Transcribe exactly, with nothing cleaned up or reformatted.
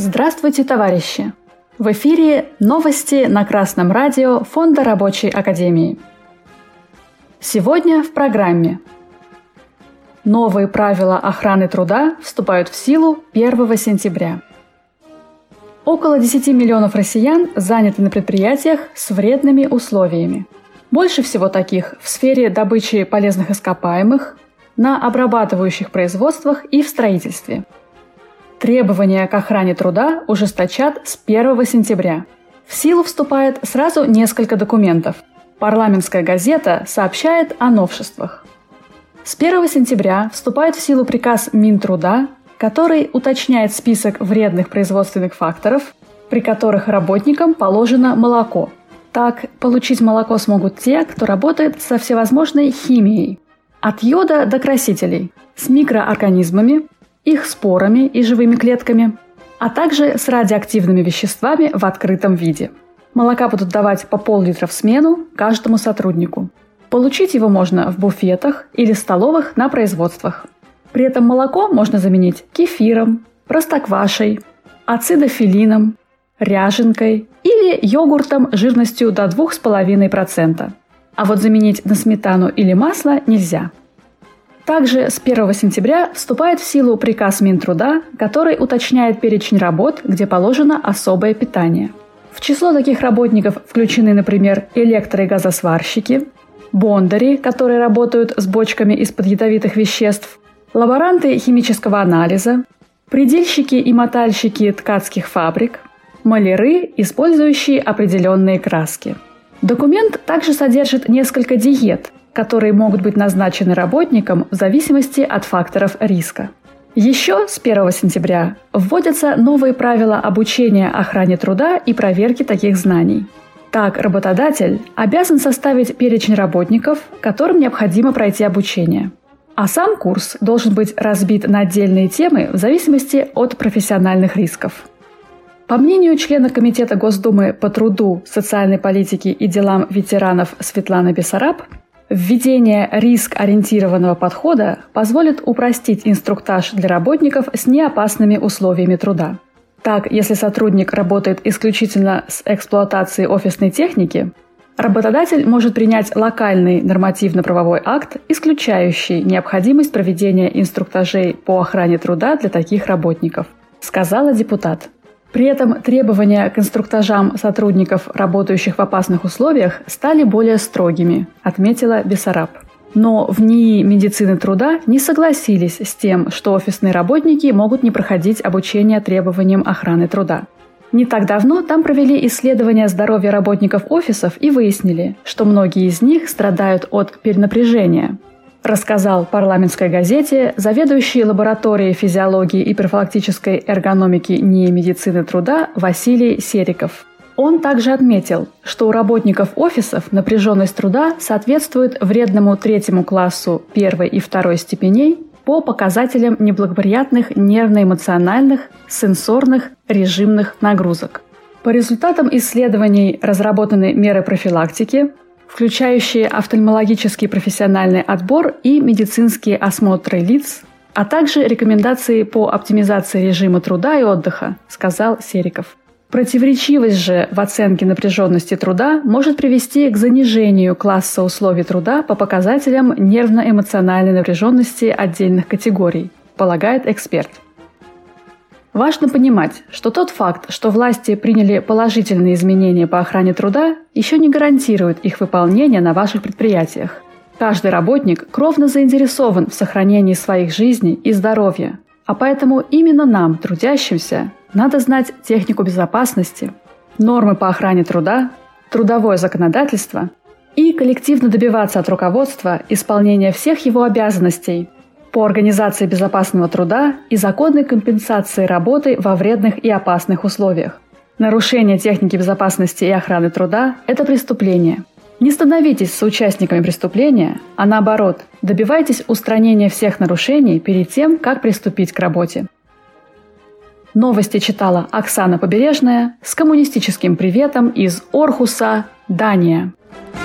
Здравствуйте, товарищи! В эфире новости на Красном радио Фонда Рабочей Академии. Сегодня в программе. Новые правила охраны труда вступают в силу первого сентября. Около десяти миллионов россиян заняты на предприятиях с вредными условиями. Больше всего таких в сфере добычи полезных ископаемых, на обрабатывающих производствах и в строительстве. Требования к охране труда ужесточат с первого сентября. В силу вступает сразу несколько документов. Парламентская газета сообщает о новшествах. С первого сентября вступает в силу приказ Минтруда, который уточняет список вредных производственных факторов, при которых работникам положено молоко. Так, получить молоко смогут те, кто работает со всевозможной химией, от йода до красителей, с микроорганизмами, их спорами и живыми клетками, а также с радиоактивными веществами в открытом виде. Молока будут давать по пол-литра в смену каждому сотруднику. Получить его можно в буфетах или столовых на производствах. При этом молоко можно заменить кефиром, простоквашей, ацидофилином, ряженкой или йогуртом жирностью до два с половиной процента. А вот заменить на сметану или масло нельзя. Также с первого сентября вступает в силу приказ Минтруда, который уточняет перечень работ, где положено особое питание. В число таких работников включены, например, электро- и газосварщики, бондари, которые работают с бочками из-под ядовитых веществ, лаборанты химического анализа, предельщики и мотальщики ткацких фабрик, маляры, использующие определенные краски. Документ также содержит несколько диет, которые могут быть назначены работникам в зависимости от факторов риска. Еще с первого сентября вводятся новые правила обучения охране труда и проверки таких знаний. Так, работодатель обязан составить перечень работников, которым необходимо пройти обучение. А сам курс должен быть разбит на отдельные темы в зависимости от профессиональных рисков. По мнению члена Комитета Госдумы по труду, социальной политике и делам ветеранов Светланы Бессараб, введение риск-ориентированного подхода позволит упростить инструктаж для работников с неопасными условиями труда. Так, если сотрудник работает исключительно с эксплуатацией офисной техники, работодатель может принять локальный нормативно-правовой акт, исключающий необходимость проведения инструктажей по охране труда для таких работников, сказала депутат. При этом требования к инструктажам сотрудников, работающих в опасных условиях, стали более строгими, отметила Бессараб. Но в НИИ медицины труда не согласились с тем, что офисные работники могут не проходить обучение требованиям охраны труда. Не так давно там провели исследования здоровья работников офисов и выяснили, что многие из них страдают от перенапряжения, рассказал парламентской газете заведующий лабораторией физиологии и профилактической эргономики НИИ медицины труда Василий Сериков. Он также отметил, что у работников офисов напряженность труда соответствует вредному третьему классу первой и второй степеней по показателям неблагоприятных нервно-эмоциональных, сенсорных, режимных нагрузок. По результатам исследований разработаны меры профилактики, включающие офтальмологический профессиональный отбор и медицинские осмотры лиц, а также рекомендации по оптимизации режима труда и отдыха, сказал Сериков. Противоречивость же в оценке напряженности труда может привести к занижению класса условий труда по показателям нервно-эмоциональной напряженности отдельных категорий, полагает эксперт. Важно понимать, что тот факт, что власти приняли положительные изменения по охране труда, еще не гарантирует их выполнение на ваших предприятиях. Каждый работник кровно заинтересован в сохранении своих жизней и здоровья, а поэтому именно нам, трудящимся, надо знать технику безопасности, нормы по охране труда, трудовое законодательство и коллективно добиваться от руководства исполнения всех его обязанностей по организации безопасного труда и законной компенсации работы во вредных и опасных условиях. Нарушение техники безопасности и охраны труда – это преступление. Не становитесь соучастниками преступления, а наоборот, добивайтесь устранения всех нарушений перед тем, как приступить к работе. Новости читала Оксана Побережная с коммунистическим приветом из Орхуса, Дания.